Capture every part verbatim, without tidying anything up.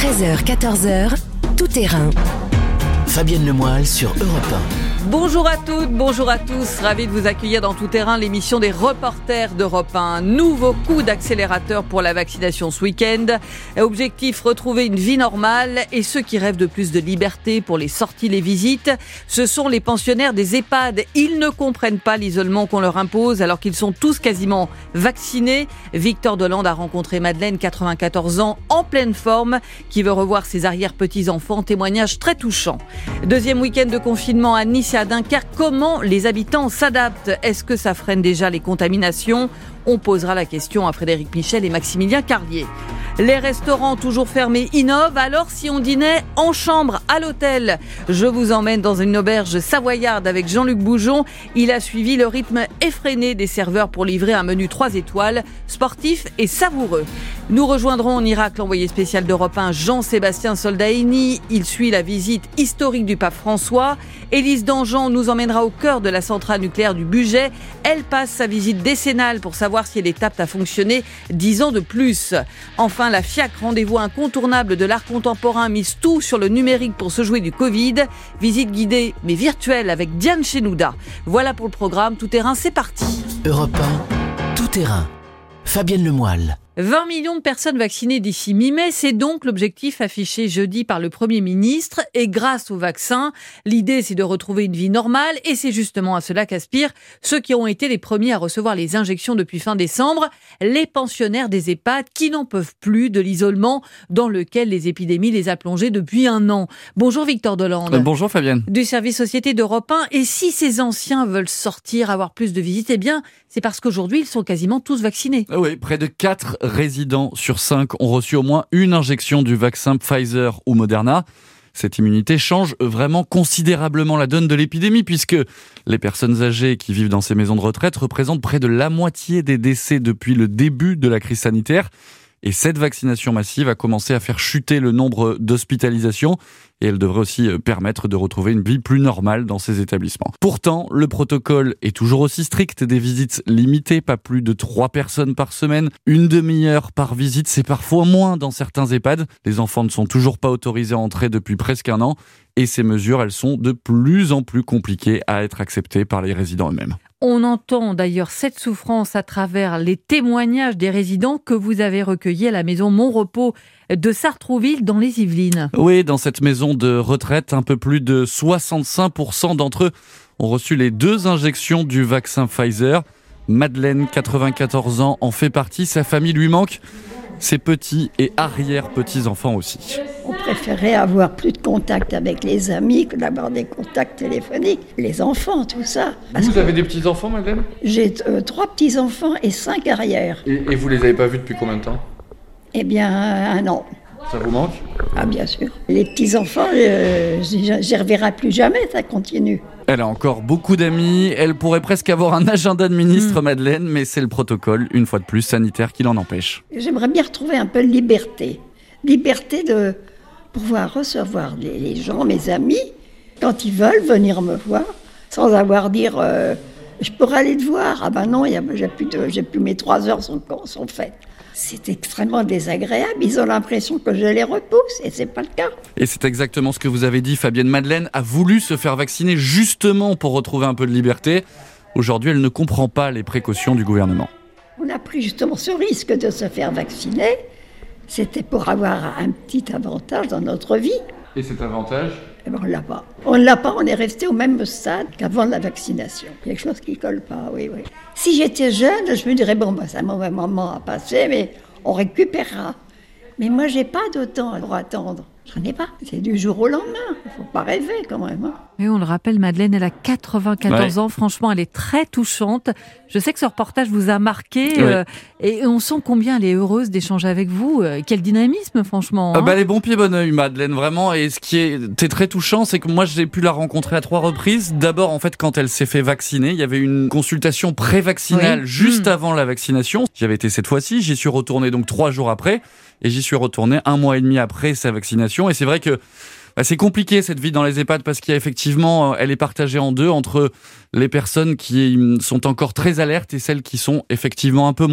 treize heures quatorze heures, tout terrain. Fabienne Lemoyle sur Europe un. Bonjour à toutes, bonjour à tous. Ravi de vous accueillir dans Tout Terrain, l'émission des reporters d'Europe un. Nouveau coup d'accélérateur pour la vaccination ce week-end. Objectif, retrouver une vie normale. Et ceux qui rêvent de plus de liberté pour les sorties, les visites, ce sont les pensionnaires des EHPAD. Ils ne comprennent pas l'isolement qu'on leur impose alors qu'ils sont tous quasiment vaccinés. Victor Dolande a rencontré Madeleine, quatre-vingt-quatorze ans, en pleine forme, qui veut revoir ses arrière-petits-enfants. Témoignage très touchant. Deuxième week-end de confinement à Nice et à Dunkerque. Comment les habitants s'adaptent ? Est-ce que ça freine déjà les contaminations ? On posera la question à Frédéric Michel et Maximilien Carlier. Les restaurants toujours fermés innovent, alors si on dînait en chambre à l'hôtel. Je vous emmène dans une auberge savoyarde avec Jean-Luc Boujon. Il a suivi le rythme effréné des serveurs pour livrer un menu trois étoiles, sportif et savoureux. Nous rejoindrons en Irak l'envoyé spécial d'Europe un, Jean-Sébastien Soldaini. Il suit la visite historique du pape François. Élise Dangean nous emmènera au cœur de la centrale nucléaire du Bugey. Elle passe sa visite décennale pour savoir si elle est apte à fonctionner dix ans de plus. Enfin, la FIAC, rendez-vous incontournable de l'art contemporain, mise tout sur le numérique pour se jouer du Covid. Visite guidée mais virtuelle avec Diane Chenouda. Voilà pour le programme. Tout terrain, c'est parti. Europe un, tout terrain. Fabienne Lemoyle. vingt millions de personnes vaccinées d'ici mi-mai, c'est donc l'objectif affiché jeudi par le Premier ministre. Et grâce au vaccin, l'idée c'est de retrouver une vie normale et c'est justement à cela qu'aspirent ceux qui ont été les premiers à recevoir les injections depuis fin décembre, les pensionnaires des EHPAD qui n'en peuvent plus de l'isolement dans lequel les épidémies les a plongés depuis un an. Bonjour Victor Dolande. Euh, bonjour Fabienne. Du service Société d'Europe un. Et si ces anciens veulent sortir, avoir plus de visites, eh bien c'est parce qu'aujourd'hui ils sont quasiment tous vaccinés. Oui, près de quatre résidents sur cinq ont reçu au moins une injection du vaccin Pfizer ou Moderna. Cette immunité change vraiment considérablement la donne de l'épidémie puisque les personnes âgées qui vivent dans ces maisons de retraite représentent près de la moitié des décès depuis le début de la crise sanitaire. Et cette vaccination massive a commencé à faire chuter le nombre d'hospitalisations et elle devrait aussi permettre de retrouver une vie plus normale dans ces établissements. Pourtant, le protocole est toujours aussi strict, des visites limitées, pas plus de trois personnes par semaine, une demi-heure par visite, c'est parfois moins dans certains EHPAD. Les enfants ne sont toujours pas autorisés à entrer depuis presque un an et ces mesures, elles sont de plus en plus compliquées à être acceptées par les résidents eux-mêmes. On entend d'ailleurs cette souffrance à travers les témoignages des résidents que vous avez recueillis à la maison Monrepos de Sartrouville dans les Yvelines. Oui, dans cette maison de retraite, un peu plus de soixante-cinq pour cent d'entre eux ont reçu les deux injections du vaccin Pfizer. Madeleine, quatre-vingt-quatorze ans, en fait partie. Sa famille lui manque, ses petits et arrière-petits-enfants aussi. On préférait avoir plus de contact avec les amis que d'avoir des contacts téléphoniques. Les enfants, tout ça. Parce vous avez des petits-enfants, Madeleine ? J'ai euh, trois petits-enfants et cinq arrières. Et, et vous les avez pas vus depuis combien de temps ? Eh bien, un an. Ça vous manque ? Ah, bien sûr. Les petits-enfants, euh, je ne les reverrai plus jamais, ça continue. Elle a encore beaucoup d'amis, elle pourrait presque avoir un agenda de ministre, mmh. Madeleine, mais c'est le protocole, une fois de plus, sanitaire qui l'en empêche. J'aimerais bien retrouver un peu de liberté. Liberté de pouvoir recevoir les, les gens, mes amis, quand ils veulent venir me voir, sans avoir à dire euh, « je pourrais aller te voir ». Ah ben non, y a, j'ai, plus de, j'ai plus mes trois heures sont, sont faites. C'est extrêmement désagréable, ils ont l'impression que je les repousse et c'est pas le cas. Et c'est exactement ce que vous avez dit, Fabienne. Madeleine a voulu se faire vacciner justement pour retrouver un peu de liberté. Aujourd'hui, elle ne comprend pas les précautions du gouvernement. On a pris justement ce risque de se faire vacciner. C'était pour avoir un petit avantage dans notre vie. Et cet avantage ? Eh ben, on ne l'a pas. On ne l'a pas, on est resté au même stade qu'avant la vaccination. Quelque chose qui ne colle pas, oui, oui. Si j'étais jeune, je me dirais, bon, bah, c'est un mauvais moment à passer, mais on récupérera. Mais moi, je n'ai pas de temps pour attendre. Je n'en ai pas. C'est du jour au lendemain. Il ne faut pas rêver quand même. Hein. Mais on le rappelle, Madeleine, elle a quatre-vingt-quatorze ouais. ans. Franchement, elle est très touchante. Je sais que ce reportage vous a marqué. Ouais. Euh, et on sent combien elle est heureuse d'échanger avec vous. Euh, quel dynamisme, franchement. Hein. Ah bah, elle est bon pied, bon oeil, Madeleine, vraiment. Et ce qui était très touchant, c'est que moi, j'ai pu la rencontrer à trois reprises. D'abord, en fait, quand elle s'est fait vacciner, il y avait une consultation pré-vaccinale oui. juste mmh. avant la vaccination. J'y avais été cette fois-ci. J'y suis retourné donc trois jours après. Et j'y suis retourné un mois et demi après sa vaccination. Et c'est vrai que bah, c'est compliqué cette vie dans les EHPAD parce qu'il y a effectivement, elle est partagée en deux entre les personnes qui sont encore très alertes et celles qui sont effectivement un peu moins.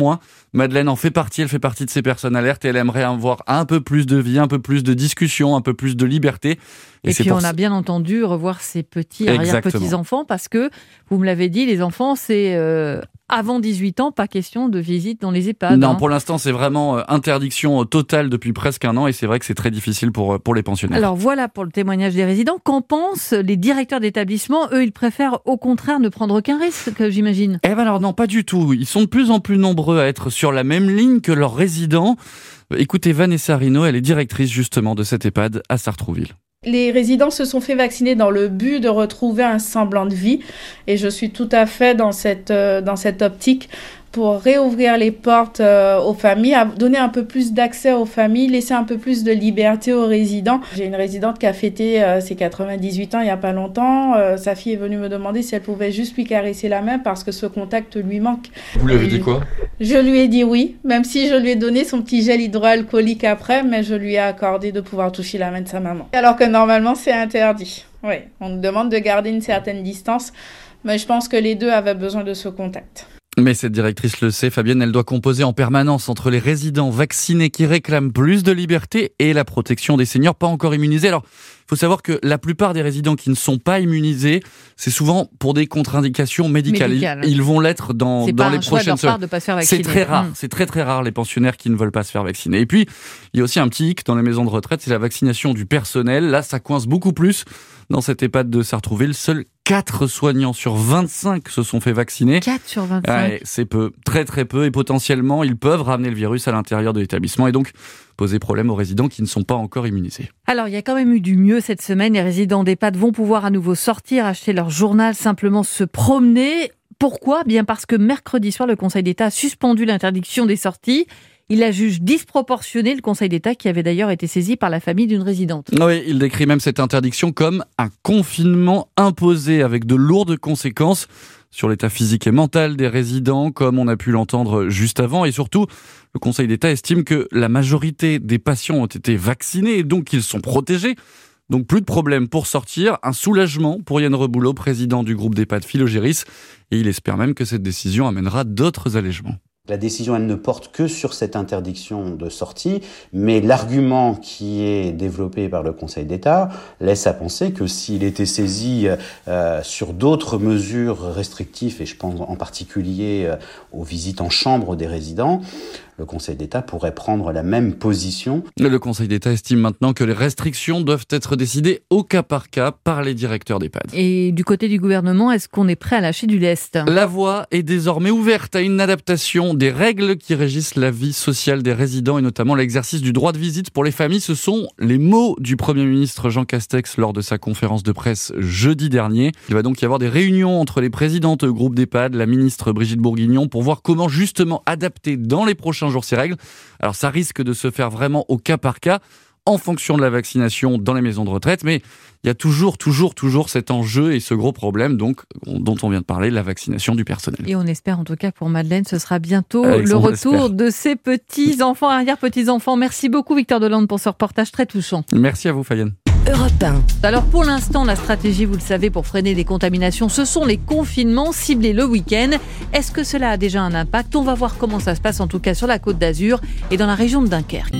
Madeleine en fait partie, elle fait partie de ces personnes alertes et elle aimerait avoir un peu plus de vie, un peu plus de discussion, un peu plus de liberté. Et, et puis on a bien entendu revoir ses petits arrière-petits-enfants parce que, vous me l'avez dit, les enfants, c'est euh, avant dix-huit ans, pas question de visite dans les EHPAD. Non, hein. Pour l'instant, c'est vraiment euh, interdiction totale depuis presque un an et c'est vrai que c'est très difficile pour, pour les pensionnaires. Alors voilà pour le témoignage des résidents. Qu'en pensent les directeurs d'établissement? Eux, ils préfèrent au contraire ne prendre aucun risque, j'imagine. Eh ben alors non, pas du tout. Ils sont de plus en plus nombreux à être sur la même ligne que leurs résidents. Écoutez Vanessa Rino, elle est directrice justement de cet EHPAD à Sartrouville. Les résidents se sont fait vacciner dans le but de retrouver un semblant de vie et je suis tout à fait dans cette, euh, dans cette optique pour réouvrir les portes euh, aux familles, à donner un peu plus d'accès aux familles, laisser un peu plus de liberté aux résidents. J'ai une résidente qui a fêté euh, ses quatre-vingt-dix-huit ans il n'y a pas longtemps. Euh, sa fille est venue me demander si elle pouvait juste lui caresser la main parce que ce contact lui manque. Vous lui avez dit quoi ? Je lui ai dit oui, même si je lui ai donné son petit gel hydroalcoolique après, mais je lui ai accordé de pouvoir toucher la main de sa maman. Alors que normalement c'est interdit. Oui, on nous demande de garder une certaine distance, mais je pense que les deux avaient besoin de ce contact. Mais cette directrice le sait, Fabienne, elle doit composer en permanence entre les résidents vaccinés qui réclament plus de liberté et la protection des seniors pas encore immunisés. Alors, il faut savoir que la plupart des résidents qui ne sont pas immunisés, c'est souvent pour des contre-indications médicales. Médical. Ils, ils vont l'être dans, c'est dans pas les un choix prochaines de leur part de pas se faire vacciner. C'est très rare, mmh. c'est très très rare les pensionnaires qui ne veulent pas se faire vacciner. Et puis, il y a aussi un petit hic dans les maisons de retraite, c'est la vaccination du personnel. Là, ça coince beaucoup plus. Dans cette EHPAD de Sartrouville, seuls quatre soignants sur vingt-cinq se sont fait vacciner. quatre sur vingt-cinq Ouais, c'est peu, très très peu, et potentiellement, ils peuvent ramener le virus à l'intérieur de l'établissement et donc poser problème aux résidents qui ne sont pas encore immunisés. Alors, il y a quand même eu du mieux cette semaine. Les résidents d'EHPAD vont pouvoir à nouveau sortir, acheter leur journal, simplement se promener. Pourquoi ? Bien parce que mercredi soir, le Conseil d'État a suspendu l'interdiction des sorties. Il la juge disproportionnée, le Conseil d'État, qui avait d'ailleurs été saisi par la famille d'une résidente. Oui, il décrit même cette interdiction comme un confinement imposé avec de lourdes conséquences sur l'état physique et mental des résidents, comme on a pu l'entendre juste avant. Et surtout, le Conseil d'État estime que la majorité des patients ont été vaccinés et donc qu'ils sont protégés. Donc plus de problème pour sortir, un soulagement pour Yann Reboulot, président du groupe d'EHPAD Philogéris. Et il espère même que cette décision amènera d'autres allègements. La décision, elle ne porte que sur cette interdiction de sortie, mais l'argument qui est développé par le Conseil d'État laisse à penser que s'il était saisi euh, sur d'autres mesures restrictives, et je pense en particulier euh, aux visites en chambre des résidents, le Conseil d'État pourrait prendre la même position. Le Conseil d'État estime maintenant que les restrictions doivent être décidées au cas par cas par les directeurs d'EHPAD. Et du côté du gouvernement, est-ce qu'on est prêt à lâcher du lest ? La voie est désormais ouverte à une adaptation des règles qui régissent la vie sociale des résidents et notamment l'exercice du droit de visite pour les familles. Ce sont les mots du Premier ministre Jean Castex lors de sa conférence de presse jeudi dernier. Il va donc y avoir des réunions entre les présidentes groupes d'EHPAD, la ministre Brigitte Bourguignon, pour voir comment justement adapter dans les prochains jours ces règles. Alors ça risque de se faire vraiment au cas par cas, en fonction de la vaccination dans les maisons de retraite, mais il y a toujours, toujours, toujours cet enjeu et ce gros problème donc, dont on vient de parler, la vaccination du personnel. Et on espère en tout cas pour Madeleine, ce sera bientôt Avec le son retour espère. de ses petits-enfants, arrière-petits-enfants. Merci beaucoup Victor Delande pour ce reportage très touchant. Merci à vous Fabienne. Europe un. Alors pour l'instant, la stratégie, vous le savez, pour freiner les contaminations, ce sont les confinements ciblés le week-end. Est-ce que cela a déjà un impact ? On va voir comment ça se passe en tout cas sur la Côte d'Azur et dans la région de Dunkerque.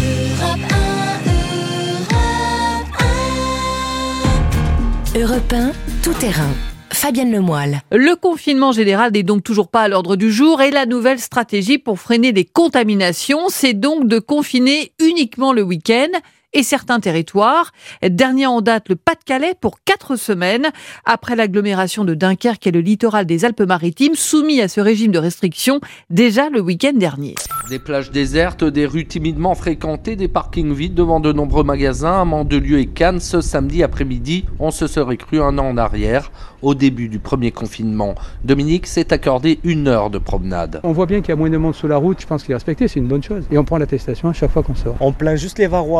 Europe un, tout terrain. Fabienne Lemoyle. Le confinement général n'est donc toujours pas à l'ordre du jour et la nouvelle stratégie pour freiner les contaminations, c'est donc de confiner uniquement le week-end et certains territoires. Dernier en date, le Pas-de-Calais pour quatre semaines. Après l'agglomération de Dunkerque et le littoral des Alpes-Maritimes, soumis à ce régime de restriction déjà le week-end dernier. Des plages désertes, des rues timidement fréquentées, des parkings vides devant de nombreux magasins à Mandelieu et Cannes ce samedi après-midi. On se serait cru un an en arrière, au début du premier confinement. Dominique s'est accordé une heure de promenade. On voit bien qu'il y a moins de monde sur la route, je pense qu'il est respecté, c'est une bonne chose. Et on prend l'attestation à chaque fois qu'on sort. On plaint juste les Varois, parce que je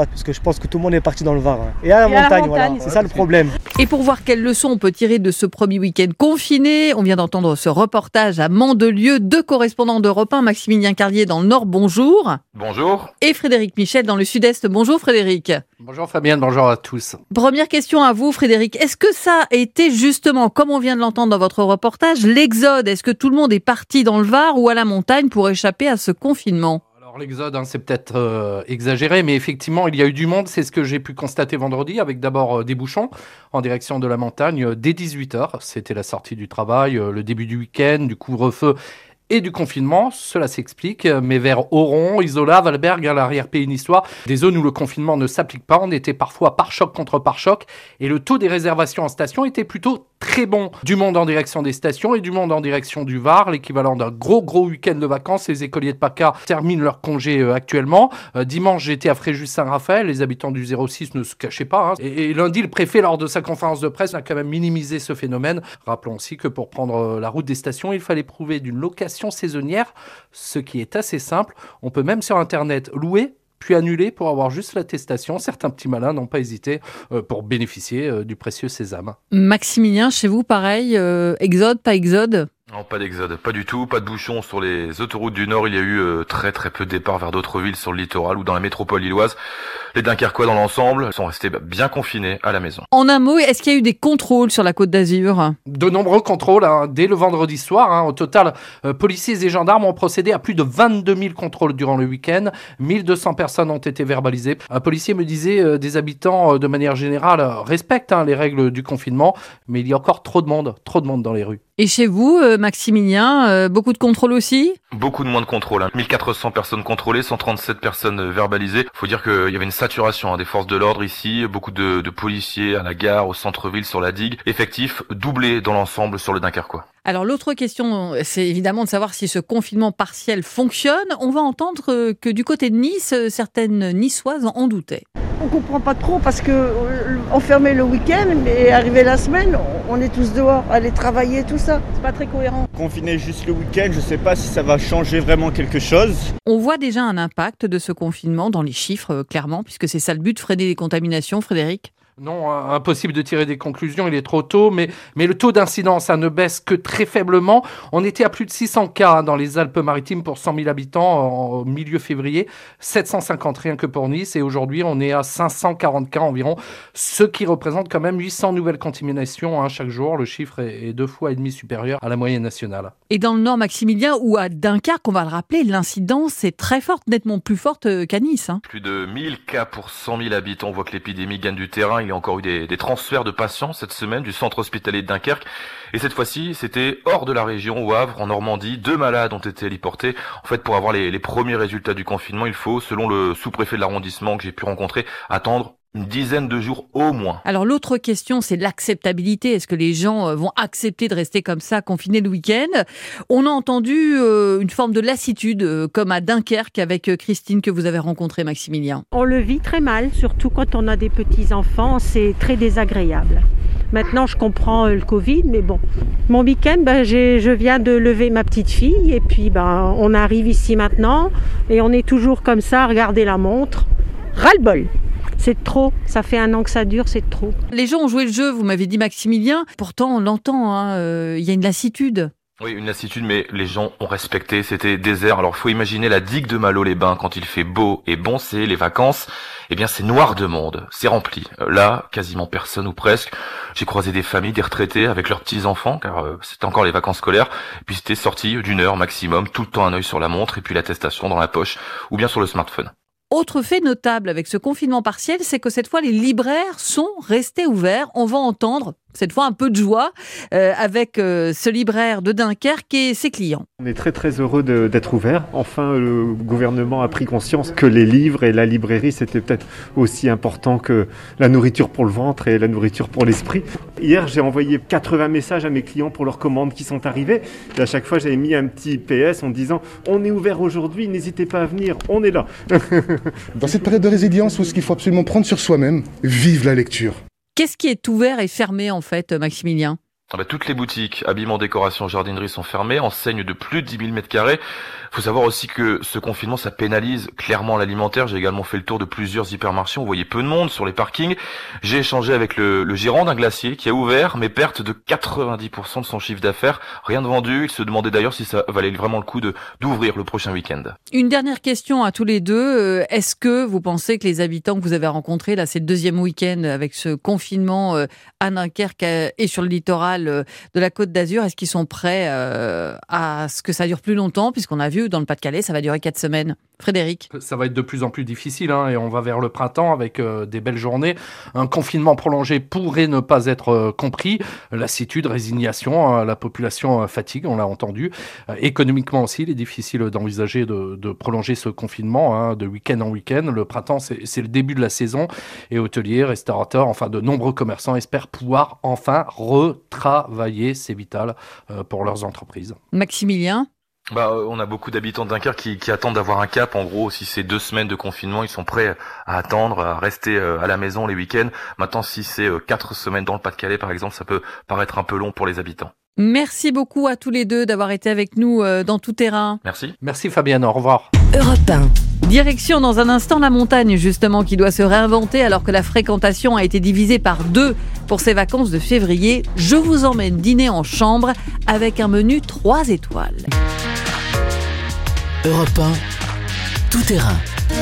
pense que tout le monde est parti dans le Var. Hein. Et à la Et à la montagne, montagne, voilà. C'est ça le problème. Et pour voir quelles leçons on peut tirer de ce premier week-end confiné, on vient d'entendre ce reportage à Mandelieu, deux correspondants d'Europe un, Maximilien Carlier dans le Nord, bonjour. Bonjour. Et Frédéric Michel dans le Sud-Est, bonjour Frédéric. Bonjour Fabienne, bonjour à tous. Première question à vous Frédéric, est-ce que ça a été justement, comme on vient de l'entendre dans votre reportage, l'exode? Est-ce que tout le monde est parti dans le Var ou à la montagne pour échapper à ce confinement? Alors l'exode, hein, c'est peut-être euh, exagéré, mais effectivement, il y a eu du monde. C'est ce que j'ai pu constater vendredi, avec d'abord euh, des bouchons en direction de la montagne euh, dès dix-huit heures. C'était la sortie du travail, euh, le début du week-end, du couvre-feu et du confinement. Cela s'explique, mais vers Oron, Isola, Valberg, à l'arrière-pays niçois, des zones où le confinement ne s'applique pas, on était parfois pare-choc contre pare-choc, et le taux des réservations en station était plutôt très bon. Du monde en direction des stations et du monde en direction du Var, l'équivalent d'un gros gros week-end de vacances. Les écoliers de PACA terminent leur congé euh, actuellement. Euh, dimanche, j'étais à Fréjus-Saint-Raphaël, les habitants du zéro six ne se cachaient pas. Hein. Et, et lundi, le préfet, lors de sa conférence de presse, a quand même minimisé ce phénomène. Rappelons aussi que pour prendre euh, la route des stations, il fallait prouver d'une location saisonnière, ce qui est assez simple. On peut même sur Internet louer puis annuler pour avoir juste l'attestation. Certains petits malins n'ont pas hésité euh, pour bénéficier euh, du précieux sésame. Maximilien, chez vous, pareil, euh, exode, pas exode? Non, pas d'exode, pas du tout, pas de bouchons sur les autoroutes du Nord. Il y a eu euh, très très peu de départs vers d'autres villes sur le littoral ou dans la métropole lilloise. Les Dunkerquois dans l'ensemble sont restés bien confinés à la maison. En un mot, est-ce qu'il y a eu des contrôles sur la Côte d'Azur? De nombreux contrôles, hein, dès le vendredi soir. Hein. Au total, euh, policiers et gendarmes ont procédé à plus de vingt-deux mille contrôles durant le week-end. mille deux cents personnes ont été verbalisées. Un policier me disait, euh, des habitants, euh, de manière générale, euh, respectent hein, les règles du confinement, mais il y a encore trop de monde, trop de monde dans les rues. Et chez vous, euh, Maximilien, euh, beaucoup de contrôles aussi? Beaucoup de moins de contrôles. Hein. mille quatre cents personnes contrôlées, cent trente-sept personnes verbalisées. Faut dire qu'il y avait une saturation hein, des forces de l'ordre ici. Beaucoup de, de policiers à la gare, au centre-ville, sur la digue. Effectif doublé dans l'ensemble sur le Dunkerquois. Alors l'autre question, c'est évidemment de savoir si ce confinement partiel fonctionne. On va entendre que du côté de Nice, certaines Niçoises en doutaient. On comprend pas trop parce que on fermait le week-end, mais arrivé la semaine, on est tous dehors, aller travailler, tout ça. C'est pas très cohérent. Confiner juste le week-end, je sais pas si ça va changer vraiment quelque chose. On voit déjà un impact de ce confinement dans les chiffres, clairement, puisque c'est ça le but, freiner les contaminations, Frédéric? Non, impossible de tirer des conclusions, il est trop tôt, mais, mais le taux d'incidence ça ne baisse que très faiblement. On était à plus de six cents cas hein, dans les Alpes-Maritimes pour cent mille habitants au milieu février, sept cent cinquante rien que pour Nice, et aujourd'hui on est à cinq cent quarante cas environ, ce qui représente quand même huit cents nouvelles contaminations hein, chaque jour. Le chiffre est, est deux fois et demi supérieur à la moyenne nationale. Et dans le Nord, Maximilien, ou à Dunkerque, on va le rappeler, l'incidence est très forte, nettement plus forte qu'à Nice. Hein. Plus de mille cas pour cent mille habitants, on voit que l'épidémie gagne du terrain. Il y a encore eu des, des transferts de patients cette semaine du centre hospitalier de Dunkerque. Et cette fois-ci, c'était hors de la région, au Havre, en Normandie. Deux malades ont été héliportés. En fait, pour avoir les, les premiers résultats du confinement, il faut, selon le sous-préfet de l'arrondissement que j'ai pu rencontrer, attendre une dizaine de jours au moins. Alors l'autre question, c'est l'acceptabilité. Est-ce que les gens vont accepter de rester comme ça, confinés le week-end? On a entendu euh, une forme de lassitude, euh, comme à Dunkerque avec Christine que vous avez rencontrée, Maximilien. On le vit très mal, surtout quand on a des petits-enfants, c'est très désagréable. Maintenant, je comprends le Covid, mais bon. Mon week-end, ben, j'ai, je viens de lever ma petite fille et puis ben, on arrive ici maintenant et on est toujours comme ça à regarder la montre. Ras-le-bol. C'est trop, ça fait un an que ça dure, c'est trop. Les gens ont joué le jeu, vous m'avez dit Maximilien, pourtant on l'entend, hein, euh, y a une lassitude. Oui, une lassitude, mais les gens ont respecté, c'était désert. Alors, faut imaginer la digue de Malo-les-Bains quand il fait beau et bon, c'est les vacances. Eh bien, c'est noir de monde, c'est rempli. Là, quasiment personne ou presque. J'ai croisé des familles, des retraités avec leurs petits-enfants, car euh, c'était encore les vacances scolaires. Et puis, c'était sorti d'une heure maximum, tout le temps un œil sur la montre et puis l'attestation dans la poche ou bien sur le smartphone. Autre fait notable avec ce confinement partiel, c'est que cette fois, les libraires sont restés ouverts. On va entendre cette fois un peu de joie euh, avec euh, ce libraire de Dunkerque et ses clients. On est très très heureux de, d'être ouverts. Enfin, le gouvernement a pris conscience que les livres et la librairie, c'était peut-être aussi important que la nourriture pour le ventre et la nourriture pour l'esprit. Hier, j'ai envoyé quatre-vingts messages à mes clients pour leurs commandes qui sont arrivées. Et à chaque fois, j'avais mis un petit P S en disant « On est ouvert aujourd'hui, n'hésitez pas à venir, on est là ». Dans cette période de résilience où ce qu'il faut absolument prendre sur soi-même, vive la lecture. Qu'est-ce qui est ouvert et fermé en fait, Maximilien ? Ah bah, toutes les boutiques, habillement, décoration, jardinerie sont fermées, enseignes de plus de dix mille mètres carrés. Faut savoir aussi que ce confinement, ça pénalise clairement l'alimentaire. J'ai également fait le tour de plusieurs hypermarchés. On voyait peu de monde sur les parkings. J'ai échangé avec le, le gérant d'un glacier qui a ouvert, mais perte de quatre-vingt-dix pour cent de son chiffre d'affaires. Rien de vendu. Il se demandait d'ailleurs si ça valait vraiment le coup de d'ouvrir le prochain week-end. Une dernière question à tous les deux. Est-ce que vous pensez que les habitants que vous avez rencontrés, là, c'est le deuxième week-end avec ce confinement à Dunkerque et sur le littoral de la Côte d'Azur, est-ce qu'ils sont prêts euh, à ce que ça dure plus longtemps, puisqu'on a vu dans le Pas-de-Calais, ça va durer quatre semaines. Frédéric. Ça va être de plus en plus difficile hein, et on va vers le printemps avec euh, des belles journées. Un confinement prolongé pourrait ne pas être euh, compris. Lassitude, résignation, euh, la population euh, fatigue, on l'a entendu. Euh, économiquement aussi, il est difficile d'envisager de, de prolonger ce confinement hein, de week-end en week-end. Le printemps, c'est, c'est le début de la saison et hôteliers, restaurateurs, enfin de nombreux commerçants espèrent pouvoir enfin retravailler. C'est vital euh, pour leurs entreprises. Maximilien. Bah, on a beaucoup d'habitants de Dunkerque qui, qui attendent d'avoir un cap. En gros, si c'est deux semaines de confinement, ils sont prêts à attendre, à rester à la maison les week-ends. Maintenant, si c'est quatre semaines dans le Pas-de-Calais, par exemple, ça peut paraître un peu long pour les habitants. Merci beaucoup à tous les deux d'avoir été avec nous dans Tout Terrain. Merci. Merci Fabienne, au revoir. Europe un. Direction dans un instant la montagne, justement, qui doit se réinventer alors que la fréquentation a été divisée par deux pour ses vacances de février. Je vous emmène dîner en chambre avec un menu trois étoiles. Europe un, Tout Terrain.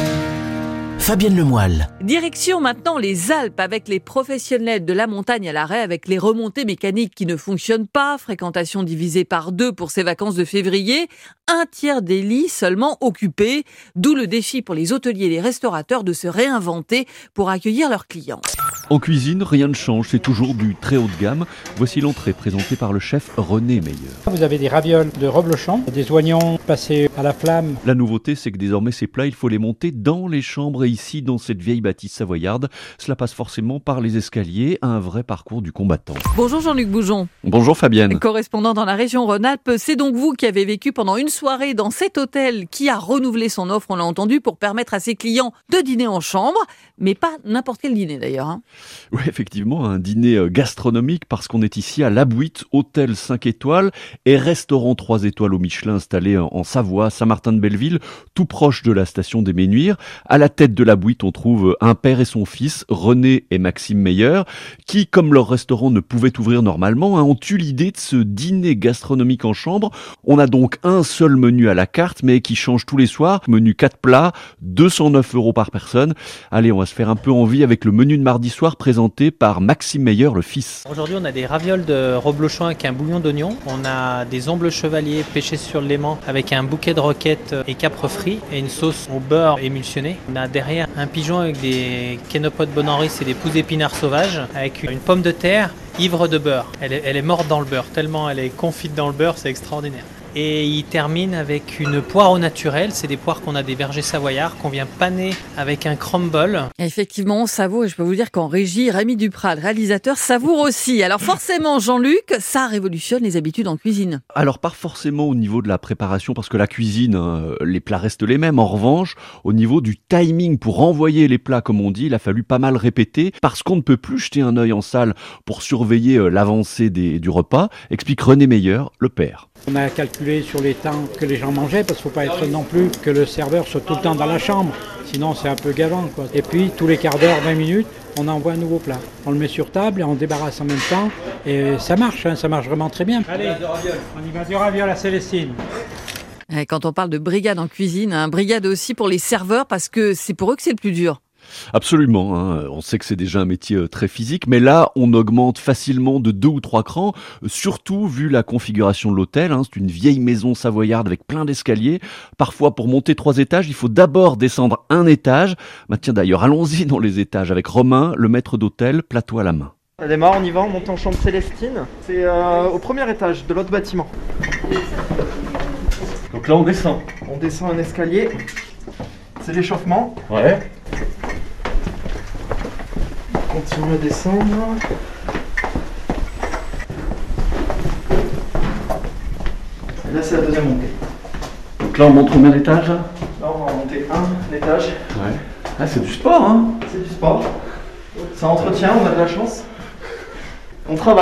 Fabienne Lemoyle. Direction maintenant les Alpes avec les professionnels de la montagne à l'arrêt avec les remontées mécaniques qui ne fonctionnent pas. Fréquentation divisée par deux pour ces vacances de février. Un tiers des lits seulement occupés. D'où le défi pour les hôteliers et les restaurateurs de se réinventer pour accueillir leurs clients. En cuisine, rien ne change, c'est toujours du très haut de gamme. Voici l'entrée présentée par le chef René Meyer. Vous avez des ravioles de reblochon, des oignons passés à la flamme. La nouveauté, c'est que désormais ces plats, il faut les monter dans les chambres. Et ici, dans cette vieille bâtisse savoyarde, cela passe forcément par les escaliers, un vrai parcours du combattant. Bonjour Jean-Luc Boujon. Bonjour Fabienne. Correspondant dans la région Rhône-Alpes, c'est donc vous qui avez vécu pendant une soirée dans cet hôtel qui a renouvelé son offre, on l'a entendu, pour permettre à ses clients de dîner en chambre, mais pas n'importe quel dîner d'ailleurs. Hein. Oui, effectivement, un dîner gastronomique parce qu'on est ici à La Bouite, hôtel cinq étoiles et restaurant trois étoiles au Michelin installé en Savoie, Saint-Martin-de-Belleville, tout proche de la station des Ménuires. À la tête de La Bouite, on trouve un père et son fils, René et Maxime Meyer, qui, comme leur restaurant ne pouvait ouvrir normalement, ont eu l'idée de ce dîner gastronomique en chambre. On a donc un seul menu à la carte, mais qui change tous les soirs. Menu quatre plats, deux cent neuf euros par personne. Allez, on va se faire un peu envie avec le menu de mardi soir présenté par Maxime Meyer, le fils. Aujourd'hui, on a des ravioles de reblochon avec un bouillon d'oignon. On a des ombles chevaliers pêchés sur le Léman avec un bouquet de roquettes et capres frits et une sauce au beurre émulsionné. On a derrière un pigeon avec des quenopodes bon Henri, c'est des pousses d'épinards sauvages avec une pomme de terre ivre de beurre. Elle est, elle est morte dans le beurre, tellement elle est confite dans le beurre, c'est extraordinaire. Et il termine avec une poire au naturel. C'est des poires qu'on a des vergers savoyards, qu'on vient paner avec un crumble. Effectivement, on savoure, et je peux vous dire qu'en régie, Rémi Duprat, le réalisateur, savoure aussi. Alors forcément, Jean-Luc, ça révolutionne les habitudes en cuisine. Alors pas forcément au niveau de la préparation, parce que la cuisine, hein, les plats restent les mêmes. En revanche, au niveau du timing pour envoyer les plats, comme on dit, il a fallu pas mal répéter, parce qu'on ne peut plus jeter un œil en salle pour surveiller l'avancée des, du repas, explique René Meyer, le père. On a calculé sur les temps que les gens mangeaient, parce qu'il ne faut pas être non plus que le serveur soit tout le temps dans la chambre, sinon c'est un peu gavant, quoi. Et puis tous les quarts d'heure, vingt minutes, on envoie un nouveau plat. On le met sur table et on débarrasse en même temps, et ça marche, hein, ça marche vraiment très bien. Allez, on y va du raviol à Célestine. Quand on parle de brigade en cuisine, hein, brigade aussi pour les serveurs, parce que c'est pour eux que c'est le plus dur. Absolument, hein. On sait que c'est déjà un métier très physique, mais là on augmente facilement de deux ou trois crans, surtout vu la configuration de l'hôtel, hein. C'est une vieille maison savoyarde avec plein d'escaliers. Parfois pour monter trois étages, il faut d'abord descendre un étage. Bah, tiens d'ailleurs, allons-y dans les étages avec Romain, le maître d'hôtel, plateau à la main. Ça démarre, on y va, on monte en chambre Célestine. C'est euh, au premier étage de l'autre bâtiment. Donc là on descend. On descend un escalier. C'est l'échauffement. Ouais. On continue à descendre. Et là c'est la deuxième montée. Donc là on monte combien d'étages? Là on va monter un étage. Ouais. Ah c'est du sport hein. C'est du sport. Ça entretient, on a de la chance. On travaille.